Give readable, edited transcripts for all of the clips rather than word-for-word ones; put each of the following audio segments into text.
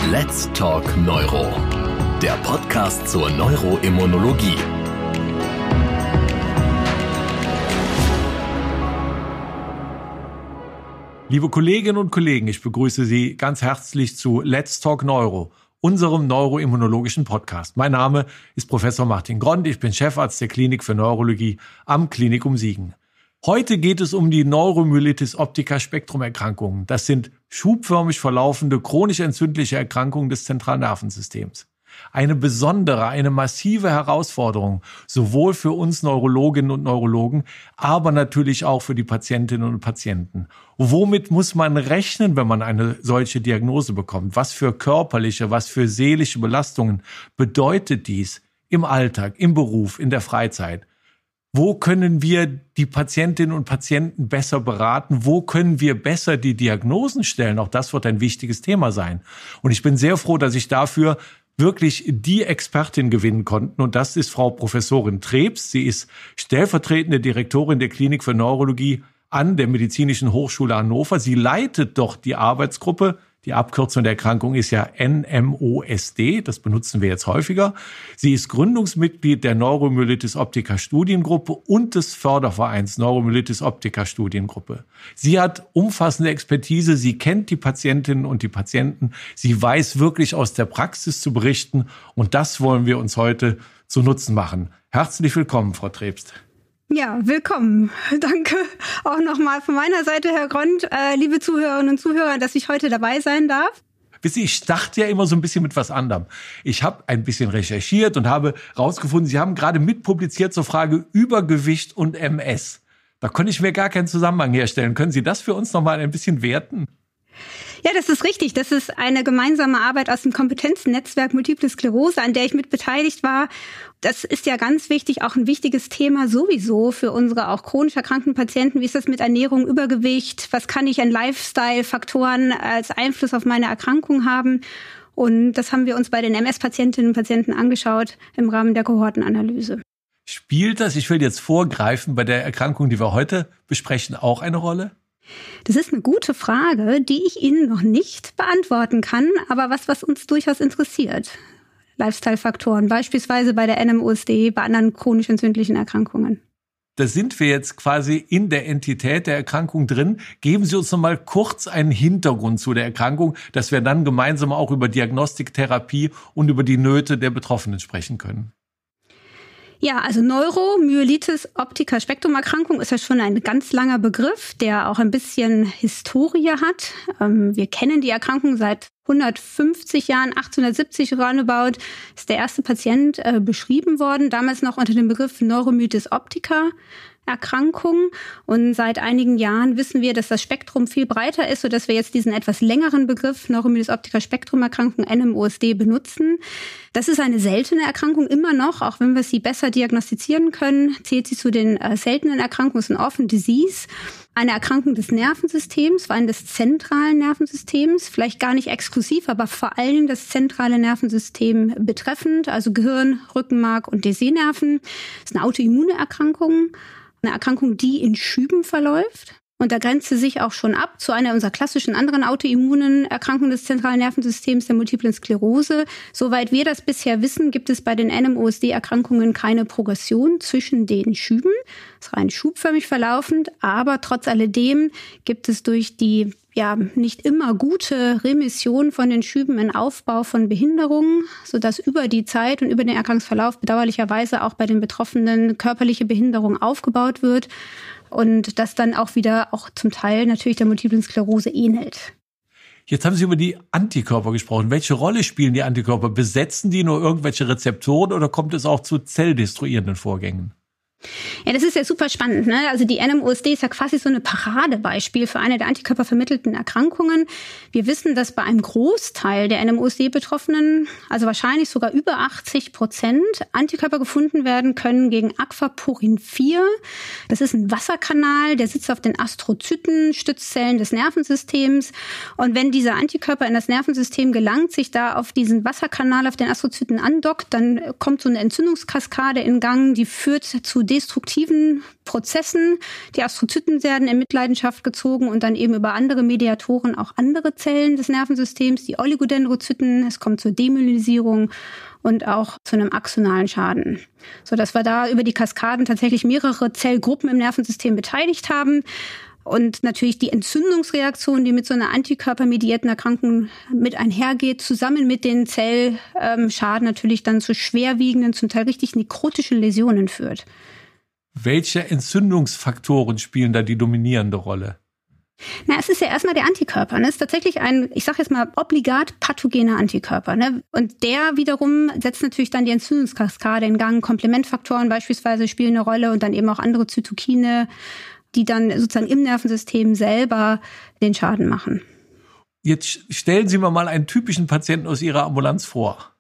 Let's Talk Neuro, der Podcast zur Neuroimmunologie. Liebe Kolleginnen und Kollegen, ich begrüße Sie ganz herzlich zu Let's Talk Neuro, unserem neuroimmunologischen Podcast. Mein Name ist Professor Martin Grond, ich bin Chefarzt der Klinik für Neurologie am Klinikum Siegen. Heute geht es um die Neuromyelitis optica Spektrumerkrankungen. Das sind schubförmig verlaufende, chronisch entzündliche Erkrankungen des Zentralnervensystems. Eine besondere, eine massive Herausforderung, sowohl für uns Neurologinnen und Neurologen, aber natürlich auch für die Patientinnen und Patienten. Womit muss man rechnen, wenn man eine solche Diagnose bekommt? Was für körperliche, was für seelische Belastungen bedeutet dies im Alltag, im Beruf, in der Freizeit? Wo können wir die Patientinnen und Patienten besser beraten? Wo können wir besser die Diagnosen stellen? Auch das wird ein wichtiges Thema sein. Und ich bin sehr froh, dass ich dafür wirklich die Expertin gewinnen konnten. Und das ist Frau Professorin Trebs. Sie ist stellvertretende Direktorin der Klinik für Neurologie an der Medizinischen Hochschule Hannover. Sie leitet dort die Arbeitsgruppe. Die Abkürzung der Erkrankung ist ja NMOSD, das benutzen wir jetzt häufiger. Sie ist Gründungsmitglied der Neuromyelitis optica Studiengruppe und des Fördervereins Neuromyelitis optica Studiengruppe. Sie hat umfassende Expertise, sie kennt die Patientinnen und die Patienten, sie weiß wirklich aus der Praxis zu berichten und das wollen wir uns heute zu Nutzen machen. Herzlich willkommen, Frau Trebst. Ja, willkommen. Danke auch nochmal von meiner Seite, Herr Grond, liebe Zuhörerinnen und Zuhörer, dass ich heute dabei sein darf. Wissen Sie, ich starte ja immer so ein bisschen mit was anderem. Ich habe ein bisschen recherchiert und habe rausgefunden, Sie haben gerade mitpubliziert zur Frage Übergewicht und MS. Da konnte ich mir gar keinen Zusammenhang herstellen. Können Sie das für uns nochmal ein bisschen werten? Ja, das ist richtig. Das ist eine gemeinsame Arbeit aus dem Kompetenznetzwerk Multiple Sklerose, an der ich mit beteiligt war. Das ist ja ganz wichtig, auch ein wichtiges Thema sowieso für unsere auch chronisch erkrankten Patienten. Wie ist das mit Ernährung, Übergewicht? Was kann ich an Lifestyle-Faktoren als Einfluss auf meine Erkrankung haben? Und das haben wir uns bei den MS-Patientinnen und Patienten angeschaut im Rahmen der Kohortenanalyse. Spielt das, ich will jetzt vorgreifen, bei der Erkrankung, die wir heute besprechen, auch eine Rolle? Das ist eine gute Frage, die ich Ihnen noch nicht beantworten kann, aber was uns durchaus interessiert. Lifestyle-Faktoren, beispielsweise bei der NMOSD, bei anderen chronisch entzündlichen Erkrankungen. Da sind wir jetzt quasi in der Entität der Erkrankung drin. Geben Sie uns noch mal kurz einen Hintergrund zu der Erkrankung, dass wir dann gemeinsam auch über Diagnostik, Therapie und über die Nöte der Betroffenen sprechen können. Ja, also Neuromyelitis optica Spektrumerkrankung ist ja schon ein ganz langer Begriff, der auch ein bisschen Historie hat. Wir kennen die Erkrankung seit 150 Jahren, 1870 roundabout ist der erste Patient beschrieben worden, damals noch unter dem Begriff Neuromyelitis optica Erkrankung. Und seit einigen Jahren wissen wir, dass das Spektrum viel breiter ist, sodass wir jetzt diesen etwas längeren Begriff Neuromyelitis optica Spektrumerkrankung NMOSD benutzen. Das ist eine seltene Erkrankung immer noch, auch wenn wir sie besser diagnostizieren können, zählt sie zu den seltenen Erkrankungen, ist ein Orphan Disease. Eine Erkrankung des Nervensystems, vor allem des zentralen Nervensystems, vielleicht gar nicht exklusiv, aber vor allen Dingen das zentrale Nervensystem betreffend, also Gehirn, Rückenmark und die Sehnerven. Das ist eine autoimmune Erkrankung, eine Erkrankung, die in Schüben verläuft. Und da grenzt sie sich auch schon ab zu einer unserer klassischen anderen autoimmunen Erkrankungen des zentralen Nervensystems, der Multiplen Sklerose. Soweit wir das bisher wissen, gibt es bei den NMOSD-Erkrankungen keine Progression zwischen den Schüben. Es ist rein schubförmig verlaufend, aber trotz alledem gibt es durch die nicht immer gute Remission von den Schüben einen Aufbau von Behinderungen, sodass über die Zeit und über den Erkrankungsverlauf bedauerlicherweise auch bei den Betroffenen körperliche Behinderung aufgebaut wird. Und das dann auch wieder zum Teil natürlich der Multiplen Sklerose ähnelt. Jetzt haben Sie über die Antikörper gesprochen. Welche Rolle spielen die Antikörper? Besetzen die nur irgendwelche Rezeptoren oder kommt es auch zu zelldestruierenden Vorgängen? Ja, das ist ja super spannend, ne? Also die NMOSD ist ja quasi so eine Paradebeispiel für eine der antikörpervermittelten Erkrankungen. Wir wissen, dass bei einem Großteil der NMOSD-Betroffenen, also wahrscheinlich sogar über 80%, Antikörper gefunden werden können gegen Aquaporin 4. Das ist ein Wasserkanal, der sitzt auf den Astrozyten, Stützzellen des Nervensystems. Und wenn dieser Antikörper in das Nervensystem gelangt, sich da auf diesen Wasserkanal, auf den Astrozyten andockt, dann kommt so eine Entzündungskaskade in Gang, die führt zu destruktiven Prozessen. Die Astrozyten werden in Mitleidenschaft gezogen und dann eben über andere Mediatoren auch andere Zellen des Nervensystems, die Oligodendrozyten. Es kommt zur Demyelinisierung und auch zu einem axonalen Schaden, sodass wir da über die Kaskaden tatsächlich mehrere Zellgruppen im Nervensystem beteiligt haben. Und natürlich die Entzündungsreaktion, die mit so einer antikörpermediierten Erkrankung mit einhergeht, zusammen mit den Zellschaden natürlich dann zu schwerwiegenden, zum Teil richtig nekrotischen Läsionen führt. Welche Entzündungsfaktoren spielen da die dominierende Rolle? Na, es ist ja erstmal der Antikörper. Ne? Es ist tatsächlich ein, ich sage jetzt mal, obligat pathogener Antikörper. Ne? Und der wiederum setzt natürlich dann die Entzündungskaskade in Gang. Komplementfaktoren beispielsweise spielen eine Rolle und dann eben auch andere Zytokine, die dann sozusagen im Nervensystem selber den Schaden machen. Jetzt stellen Sie mir mal einen typischen Patienten aus Ihrer Ambulanz vor.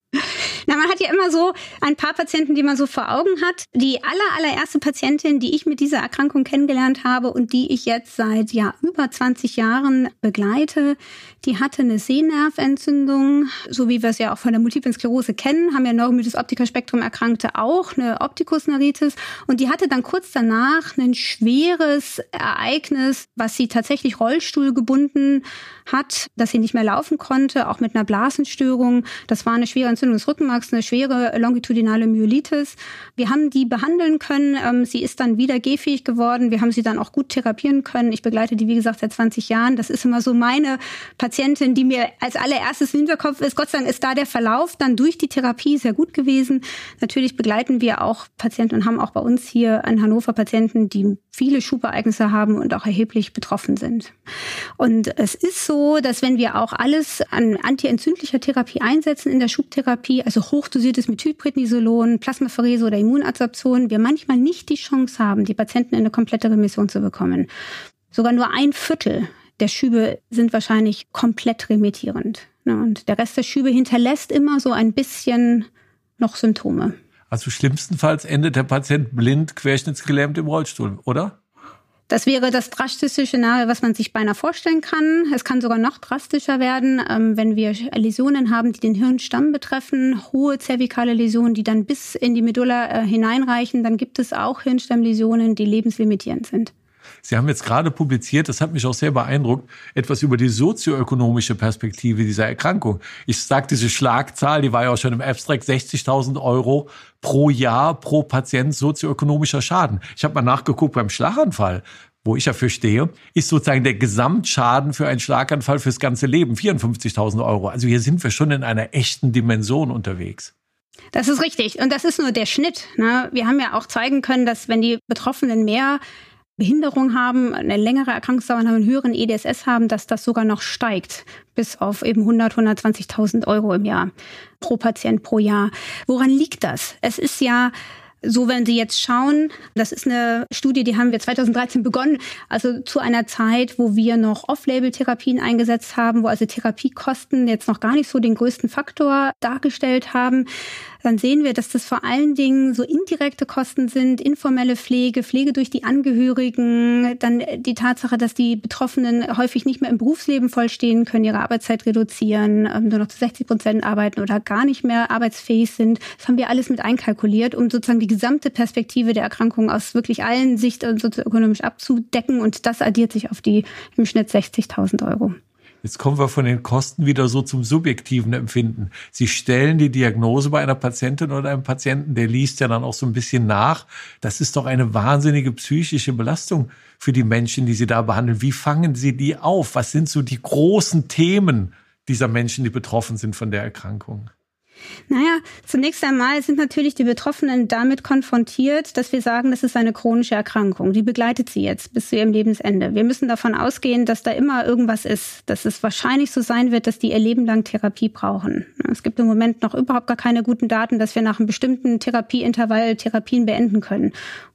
Na, man hat ja immer so ein paar Patienten, die man so vor Augen hat. Die allererste Patientin, die ich mit dieser Erkrankung kennengelernt habe und die ich jetzt seit über 20 Jahren begleite, die hatte eine Sehnerventzündung, so wie wir es ja auch von der Multiplen Sklerose kennen, haben ja Neuromyelitis optica Spektrum Erkrankte auch, eine Optikusneuritis. Und die hatte dann kurz danach ein schweres Ereignis, was sie tatsächlich rollstuhlgebunden hat, dass sie nicht mehr laufen konnte, auch mit einer Blasenstörung. Das war eine schwere Entzündung des Rückenmarks, eine schwere longitudinale Myelitis. Wir haben die behandeln können. Sie ist dann wieder gehfähig geworden. Wir haben sie dann auch gut therapieren können. Ich begleite die, wie gesagt, seit 20 Jahren. Das ist immer so meine Patientin, die mir als allererstes im Hinterkopf ist. Gott sei Dank ist da der Verlauf dann durch die Therapie sehr gut gewesen. Natürlich begleiten wir auch Patienten und haben auch bei uns hier in Hannover Patienten, die viele Schubereignisse haben und auch erheblich betroffen sind. Und es ist so, dass wenn wir auch alles an antientzündlicher Therapie einsetzen in der Schubtherapie, also hochdosiertes Methylprednisolon, Plasmapherese oder Immunadsorption, wir manchmal nicht die Chance haben, die Patienten in eine komplette Remission zu bekommen. Sogar nur 1/4 der Schübe sind wahrscheinlich komplett remittierend. Und der Rest der Schübe hinterlässt immer so ein bisschen noch Symptome. Also schlimmstenfalls endet der Patient blind, querschnittsgelähmt im Rollstuhl, oder? Das wäre das drastischste Szenario, was man sich beinahe vorstellen kann. Es kann sogar noch drastischer werden, wenn wir Läsionen haben, die den Hirnstamm betreffen, hohe zervikale Läsionen, die dann bis in die Medulla hineinreichen. Dann gibt es auch Hirnstammläsionen, die lebenslimitierend sind. Sie haben jetzt gerade publiziert, das hat mich auch sehr beeindruckt, etwas über die sozioökonomische Perspektive dieser Erkrankung. Ich sage diese Schlagzahl, die war ja auch schon im Abstract, 60.000 € pro Jahr pro Patient sozioökonomischer Schaden. Ich habe mal nachgeguckt beim Schlaganfall, wo ich dafür stehe, ist sozusagen der Gesamtschaden für einen Schlaganfall fürs ganze Leben 54.000 €. Also hier sind wir schon in einer echten Dimension unterwegs. Das ist richtig. Und das ist nur der Schnitt. Ne? Wir haben ja auch zeigen können, dass wenn die Betroffenen mehr Behinderung haben, eine längere Erkrankungsdauer haben, einen höheren EDSS haben, dass das sogar noch steigt bis auf eben 120.000 € im Jahr pro Patient pro Jahr. Woran liegt das? Es ist ja so, wenn Sie jetzt schauen, das ist eine Studie, die haben wir 2013 begonnen, also zu einer Zeit, wo wir noch Off-Label-Therapien eingesetzt haben, wo also Therapiekosten jetzt noch gar nicht so den größten Faktor dargestellt haben. Dann sehen wir, dass das vor allen Dingen so indirekte Kosten sind, informelle Pflege, Pflege durch die Angehörigen, dann die Tatsache, dass die Betroffenen häufig nicht mehr im Berufsleben vollstehen können, ihre Arbeitszeit reduzieren, nur noch zu 60% arbeiten oder gar nicht mehr arbeitsfähig sind. Das haben wir alles mit einkalkuliert, um sozusagen die gesamte Perspektive der Erkrankung aus wirklich allen Sichten sozioökonomisch abzudecken. Und das addiert sich auf die im Schnitt 60.000 €. Jetzt kommen wir von den Kosten wieder so zum subjektiven Empfinden. Sie stellen die Diagnose bei einer Patientin oder einem Patienten, der liest ja dann auch so ein bisschen nach. Das ist doch eine wahnsinnige psychische Belastung für die Menschen, die Sie da behandeln. Wie fangen Sie die auf? Was sind so die großen Themen dieser Menschen, die betroffen sind von der Erkrankung? Naja, zunächst einmal sind natürlich die Betroffenen damit konfrontiert, dass wir sagen, das ist eine chronische Erkrankung. Die begleitet sie jetzt bis zu ihrem Lebensende. Wir müssen davon ausgehen, dass da immer irgendwas ist, dass es wahrscheinlich so sein wird, dass die ihr Leben lang Therapie brauchen. Es gibt im Moment noch überhaupt gar keine guten Daten, dass wir nach einem bestimmten Therapieintervall Therapien beenden können.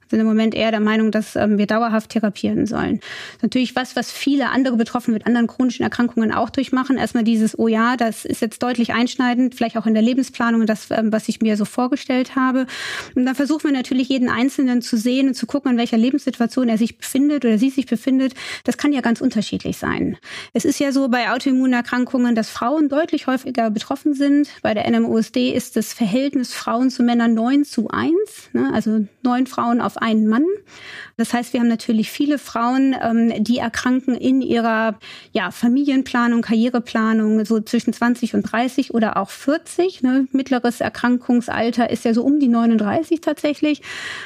sind im Moment eher der Meinung, dass wir dauerhaft therapieren sollen. Natürlich was viele andere Betroffene mit anderen chronischen Erkrankungen auch durchmachen. Erstmal dieses, oh ja, das ist jetzt deutlich einschneidend, vielleicht auch in der Lebensplanung, das, was ich mir so vorgestellt habe. Und dann versuchen wir natürlich, jeden Einzelnen zu sehen und zu gucken, in welcher Lebenssituation er sich befindet oder sie sich befindet. Das kann ja ganz unterschiedlich sein. Es ist ja so bei Autoimmunerkrankungen, dass Frauen deutlich häufiger betroffen sind. Bei der NMOSD ist das Verhältnis Frauen zu Männern 9:1, ne? Also 9 Frauen auf einen Mann. Das heißt, wir haben natürlich viele Frauen, die erkranken in ihrer Familienplanung, Karriereplanung, so zwischen 20 und 30 oder auch 40. Ne? Mittleres Erkrankungsalter ist ja so um die 39 tatsächlich.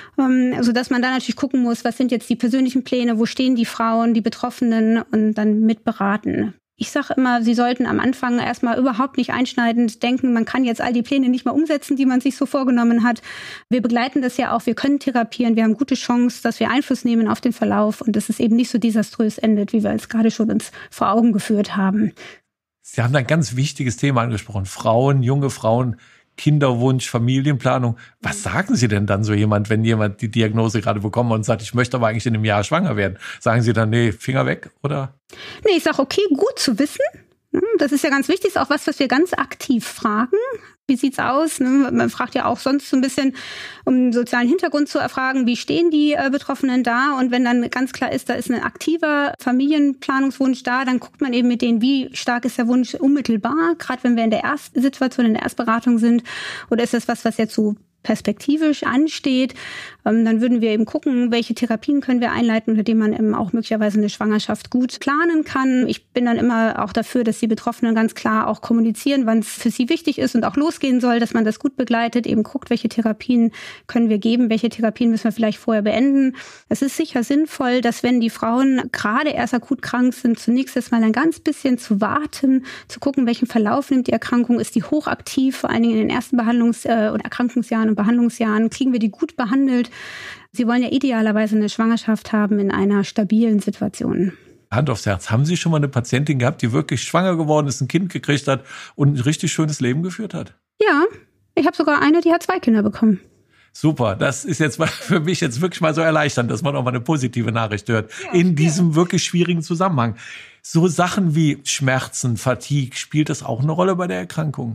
Sodass man da natürlich gucken muss, was sind jetzt die persönlichen Pläne, wo stehen die Frauen, die Betroffenen und dann mitberaten. Ich sage immer, sie sollten am Anfang erstmal überhaupt nicht einschneidend denken, man kann jetzt all die Pläne nicht mehr umsetzen, die man sich so vorgenommen hat. Wir begleiten das ja auch, wir können therapieren, wir haben gute Chance, dass wir Einfluss nehmen auf den Verlauf und dass es eben nicht so desaströs endet, wie wir es gerade schon uns vor Augen geführt haben. Sie haben ein ganz wichtiges Thema angesprochen. Frauen, junge Frauen, Kinderwunsch, Familienplanung. Was sagen Sie denn dann so jemand, wenn jemand die Diagnose gerade bekommt und sagt, ich möchte aber eigentlich in einem Jahr schwanger werden? Sagen Sie dann, nee, Finger weg, oder? Nee, ich sage, okay, gut zu wissen. Das ist ja ganz wichtig, ist auch was wir ganz aktiv fragen. Wie sieht's aus? Man fragt ja auch sonst so ein bisschen, um den sozialen Hintergrund zu erfragen, wie stehen die Betroffenen da? Und wenn dann ganz klar ist, da ist ein aktiver Familienplanungswunsch da, dann guckt man eben mit denen, wie stark ist der Wunsch unmittelbar, gerade wenn wir in der Erstsituation, in der Erstberatung sind. Oder ist das was jetzt so perspektivisch ansteht, dann würden wir eben gucken, welche Therapien können wir einleiten, unter denen man eben auch möglicherweise eine Schwangerschaft gut planen kann. Ich bin dann immer auch dafür, dass die Betroffenen ganz klar auch kommunizieren, wann es für sie wichtig ist und auch losgehen soll, dass man das gut begleitet, eben guckt, welche Therapien können wir geben, welche Therapien müssen wir vielleicht vorher beenden. Es ist sicher sinnvoll, dass wenn die Frauen gerade erst akut krank sind, zunächst erstmal ein ganz bisschen zu warten, zu gucken, welchen Verlauf nimmt die Erkrankung, ist die hochaktiv, vor allen Dingen in den ersten oder Erkrankungsjahren und Behandlungsjahren, kriegen wir die gut behandelt. Sie wollen ja idealerweise eine Schwangerschaft haben in einer stabilen Situation. Hand aufs Herz, haben Sie schon mal eine Patientin gehabt, die wirklich schwanger geworden ist, ein Kind gekriegt hat und ein richtig schönes Leben geführt hat? Ja, ich habe sogar eine, die hat 2 Kinder bekommen. Super, das ist jetzt für mich jetzt wirklich mal so erleichternd, dass man auch mal eine positive Nachricht hört in diesem wirklich schwierigen Zusammenhang. So Sachen wie Schmerzen, Fatigue, spielt das auch eine Rolle bei der Erkrankung?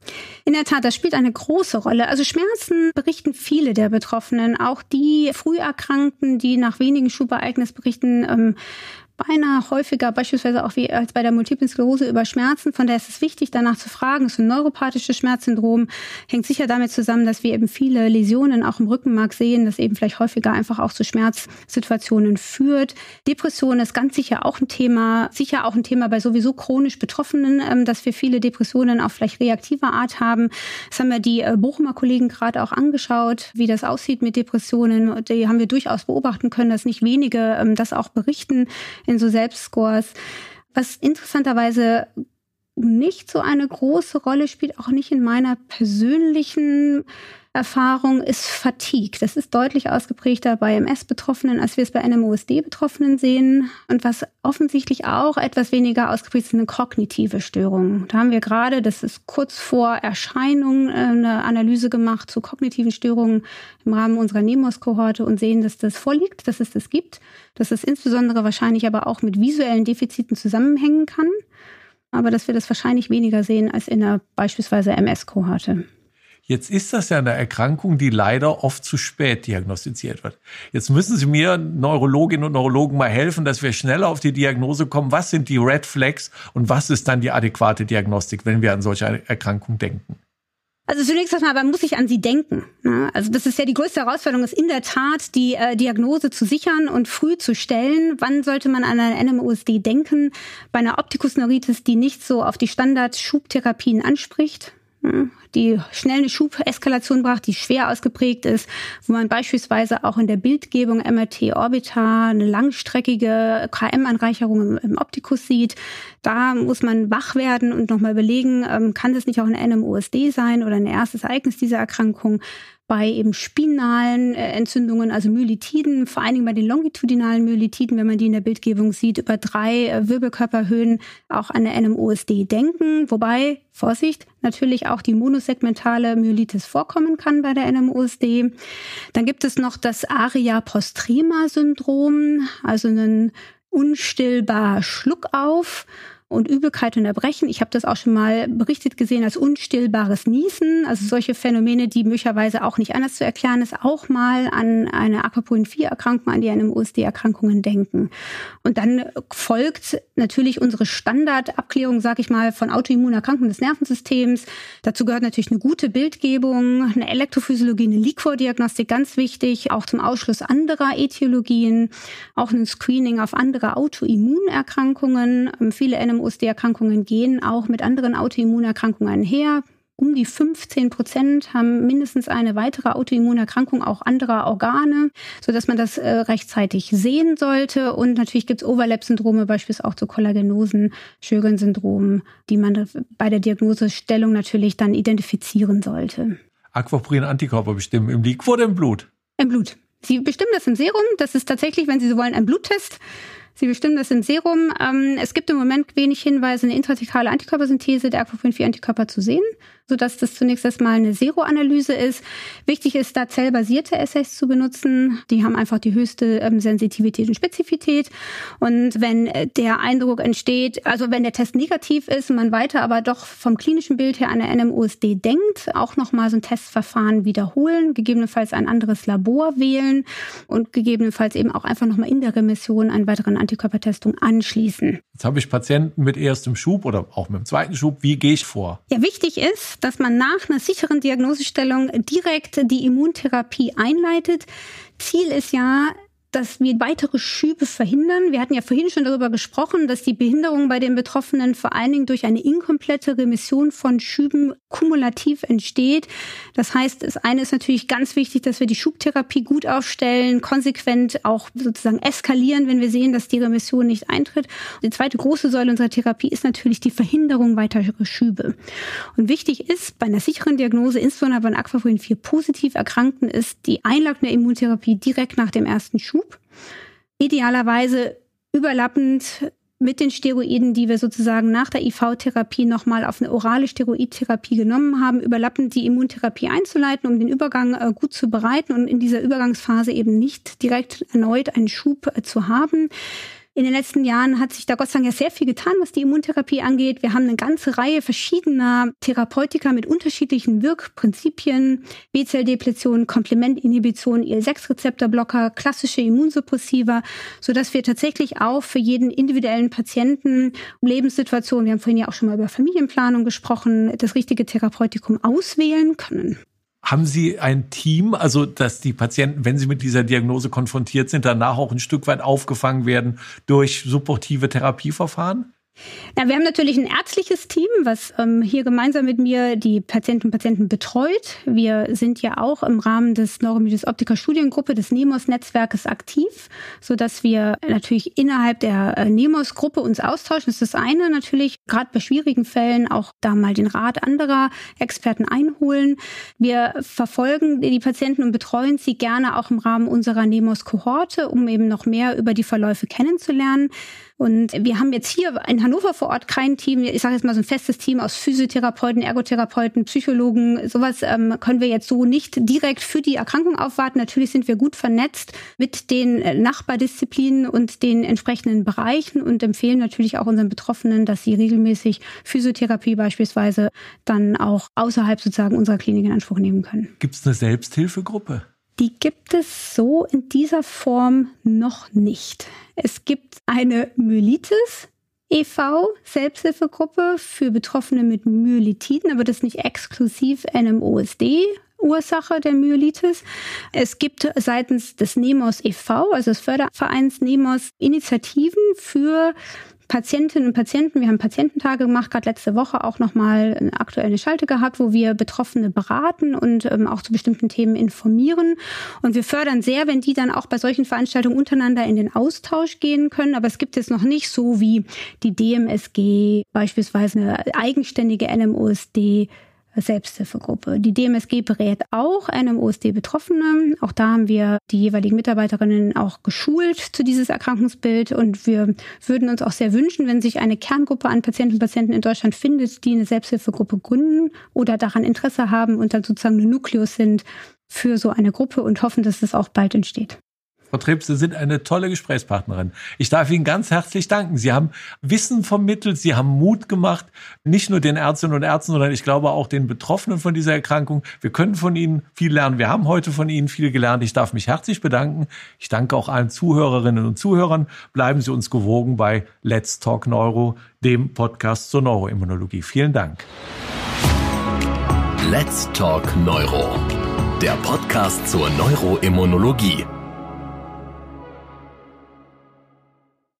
In der Tat, das spielt eine große Rolle. Also Schmerzen berichten viele der Betroffenen, auch die Früherkrankten, die nach wenigen Schubereignissen berichten, beinahe häufiger, beispielsweise auch wie als bei der Multiplen Sklerose, über Schmerzen. Von daher ist es wichtig, danach zu fragen. Das ist ein neuropathisches Schmerzsyndrom. Hängt sicher damit zusammen, dass wir eben viele Läsionen auch im Rückenmark sehen, das eben vielleicht häufiger einfach auch zu Schmerzsituationen führt. Depression ist ganz sicher auch ein Thema bei sowieso chronisch Betroffenen, dass wir viele Depressionen auch vielleicht reaktiver Art haben. Das haben wir die Bochumer Kollegen gerade auch angeschaut, wie das aussieht mit Depressionen. Die haben wir durchaus beobachten können, dass nicht wenige das auch berichten in so Selbstscores. Was interessanterweise nicht so eine große Rolle spielt, auch nicht in meiner persönlichen Erfahrung, ist Fatigue. Das ist deutlich ausgeprägter bei MS-Betroffenen, als wir es bei NMOSD-Betroffenen sehen. Und was offensichtlich auch etwas weniger ausgeprägt ist, eine kognitive Störung. Da haben wir gerade, das ist kurz vor Erscheinung, eine Analyse gemacht zu kognitiven Störungen im Rahmen unserer NEMOS-Kohorte und sehen, dass das vorliegt, dass es das gibt, dass es insbesondere wahrscheinlich aber auch mit visuellen Defiziten zusammenhängen kann, aber dass wir das wahrscheinlich weniger sehen als in einer beispielsweise MS-Kohorte. Jetzt ist das ja eine Erkrankung, die leider oft zu spät diagnostiziert wird. Jetzt müssen Sie mir, Neurologinnen und Neurologen, mal helfen, dass wir schneller auf die Diagnose kommen. Was sind die Red Flags und was ist dann die adäquate Diagnostik, wenn wir an solche Erkrankungen denken? Also zunächst einmal, man muss sich an sie denken. Also das ist ja die größte Herausforderung, ist in der Tat, die Diagnose zu sichern und früh zu stellen. Wann sollte man an eine NMOSD denken? Bei einer Optikusneuritis, die nicht so auf die Standard-Schubtherapien anspricht, die schnell eine Schubeskalation braucht, die schwer ausgeprägt ist, wo man beispielsweise auch in der Bildgebung MRT-Orbita eine langstreckige KM-Anreicherung im Optikus sieht. Da muss man wach werden und nochmal überlegen, kann das nicht auch eine NMOSD sein oder ein erstes Ereignis dieser Erkrankung? bei eben spinalen Entzündungen, also Myelitiden, vor allen Dingen bei den longitudinalen Myelitiden, wenn man die in der Bildgebung sieht, über 3 Wirbelkörperhöhen auch an eine NMOSD denken. Wobei, Vorsicht, natürlich auch die monosegmentale Myelitis vorkommen kann bei der NMOSD. Dann gibt es noch das Aria-Postrema-Syndrom, also ein unstillbar Schluckauf und Übelkeit und Erbrechen. Ich habe das auch schon mal berichtet gesehen als unstillbares Niesen. Also solche Phänomene, die möglicherweise auch nicht anders zu erklären ist, auch mal an eine Aquaporin-4-Erkrankung, an die NMOSD-Erkrankungen denken. Und dann folgt natürlich unsere Standardabklärung, sage ich mal, von Autoimmunerkrankungen des Nervensystems. Dazu gehört natürlich eine gute Bildgebung, eine Elektrophysiologie, eine Liquordiagnostik, ganz wichtig, auch zum Ausschluss anderer Äthiologien, auch ein Screening auf andere Autoimmunerkrankungen. Viele NMOSD-Erkrankungen gehen auch mit anderen Autoimmunerkrankungen einher. Um die 15% haben mindestens eine weitere Autoimmunerkrankung auch anderer Organe, sodass man das rechtzeitig sehen sollte. Und natürlich gibt es Overlap-Syndrome, beispielsweise auch zu Kollagenosen, Sjögren-Syndrom, die man bei der Diagnosestellung natürlich dann identifizieren sollte. Aquaporin-Antikörper bestimmen im Liquor oder im Blut? Im Blut. Sie bestimmen das im Serum. Das ist tatsächlich, wenn Sie so wollen, ein Bluttest. Sie bestimmen das im Serum. Es gibt im Moment wenig Hinweise, eine intrathekale Antikörpersynthese der Aquaporin-4-Antikörper zu sehen, sodass das zunächst erstmal eine Seroanalyse ist. Wichtig ist, da zellbasierte Assays zu benutzen. Die haben einfach die höchste Sensitivität und Spezifität. Und wenn der Eindruck entsteht, also wenn der Test negativ ist und man weiter aber doch vom klinischen Bild her an eine NMOSD denkt, auch nochmal so ein Testverfahren wiederholen, gegebenenfalls ein anderes Labor wählen und gegebenenfalls eben auch einfach nochmal in der Remission einen weiteren Antikörpertestung anschließen. Jetzt habe ich Patienten mit erstem Schub oder auch mit dem zweiten Schub. Wie gehe ich vor? Ja, wichtig ist, dass man nach einer sicheren Diagnosestellung direkt die Immuntherapie einleitet. Ziel ist ja, dass wir weitere Schübe verhindern. Wir hatten ja vorhin schon darüber gesprochen, dass die Behinderung bei den Betroffenen vor allen Dingen durch eine inkomplette Remission von Schüben kumulativ entsteht. Das heißt, das eine ist natürlich ganz wichtig, dass wir die Schubtherapie gut aufstellen, konsequent auch sozusagen eskalieren, wenn wir sehen, dass die Remission nicht eintritt. Die zweite große Säule unserer Therapie ist natürlich die Verhinderung weiterer Schübe. Und wichtig ist bei einer sicheren Diagnose, insbesondere bei Aquaporin-4 positiv Erkrankten, ist die Einleitung der Immuntherapie direkt nach dem ersten Schub. Idealerweise überlappend mit den Steroiden, die wir sozusagen nach der IV-Therapie nochmal auf eine orale Steroidtherapie genommen haben, überlappend die Immuntherapie einzuleiten, um den Übergang gut zu bereiten und in dieser Übergangsphase eben nicht direkt erneut einen Schub zu haben. In den letzten Jahren hat sich da Gott sei Dank ja sehr viel getan, was die Immuntherapie angeht. Wir haben eine ganze Reihe verschiedener Therapeutika mit unterschiedlichen Wirkprinzipien, B-Zell-Depletion, Komplementinhibition, IL-6-Rezeptorblocker, klassische Immunsuppressiva, sodass wir tatsächlich auch für jeden individuellen Patienten Lebenssituation, wir haben vorhin ja auch schon mal über Familienplanung gesprochen, das richtige Therapeutikum auswählen können. Haben Sie ein Team, also dass die Patienten, wenn sie mit dieser Diagnose konfrontiert sind, danach auch ein Stück weit aufgefangen werden durch supportive Therapieverfahren? Ja, wir haben natürlich ein ärztliches Team, was hier gemeinsam mit mir die Patientinnen und Patienten betreut. Wir sind ja auch im Rahmen des Neuromyelitis Optica Studiengruppe des NEMOS-Netzwerkes aktiv, sodass wir natürlich innerhalb der NEMOS-Gruppe uns austauschen. Das ist das eine natürlich, gerade bei schwierigen Fällen auch da mal den Rat anderer Experten einholen. Wir verfolgen die Patienten und betreuen sie gerne auch im Rahmen unserer NEMOS-Kohorte, um eben noch mehr über die Verläufe kennenzulernen. Und wir haben jetzt hier in Hannover vor Ort kein Team, ich sage jetzt mal so ein festes Team aus Physiotherapeuten, Ergotherapeuten, Psychologen. Sowas können wir jetzt so nicht direkt für die Erkrankung aufwarten. Natürlich sind wir gut vernetzt mit den Nachbardisziplinen und den entsprechenden Bereichen und empfehlen natürlich auch unseren Betroffenen, dass sie regelmäßig Physiotherapie beispielsweise dann auch außerhalb sozusagen unserer Klinik in Anspruch nehmen können. Gibt es eine Selbsthilfegruppe? Die gibt es so in dieser Form noch nicht. Es gibt eine Myelitis e.V. Selbsthilfegruppe für Betroffene mit Myelitiden, aber das ist nicht exklusiv NMOSD. Ursache der Myelitis. Es gibt seitens des NEMOS e.V., also des Fördervereins NEMOS, Initiativen für Patientinnen und Patienten. Wir haben Patiententage gemacht, gerade letzte Woche auch nochmal eine aktuelle Schalte gehabt, wo wir Betroffene beraten und auch zu bestimmten Themen informieren. Und wir fördern sehr, wenn die dann auch bei solchen Veranstaltungen untereinander in den Austausch gehen können. Aber es gibt jetzt noch nicht so wie die DMSG beispielsweise eine eigenständige NMOSD Selbsthilfegruppe. Die DMSG berät auch NMOSD-Betroffene. Auch da haben wir die jeweiligen Mitarbeiterinnen auch geschult zu dieses Erkrankungsbild. Und wir würden uns auch sehr wünschen, wenn sich eine Kerngruppe an Patientinnen und Patienten in Deutschland findet, die eine Selbsthilfegruppe gründen oder daran Interesse haben und dann sozusagen ein Nukleus sind für so eine Gruppe und hoffen, dass es auch bald entsteht. Frau Trebs, Sie sind eine tolle Gesprächspartnerin. Ich darf Ihnen ganz herzlich danken. Sie haben Wissen vermittelt, Sie haben Mut gemacht, nicht nur den Ärztinnen und Ärzten, sondern ich glaube auch den Betroffenen von dieser Erkrankung. Wir können von Ihnen viel lernen. Wir haben heute von Ihnen viel gelernt. Ich darf mich herzlich bedanken. Ich danke auch allen Zuhörerinnen und Zuhörern. Bleiben Sie uns gewogen bei Let's Talk Neuro, dem Podcast zur Neuroimmunologie. Vielen Dank. Let's Talk Neuro, der Podcast zur Neuroimmunologie.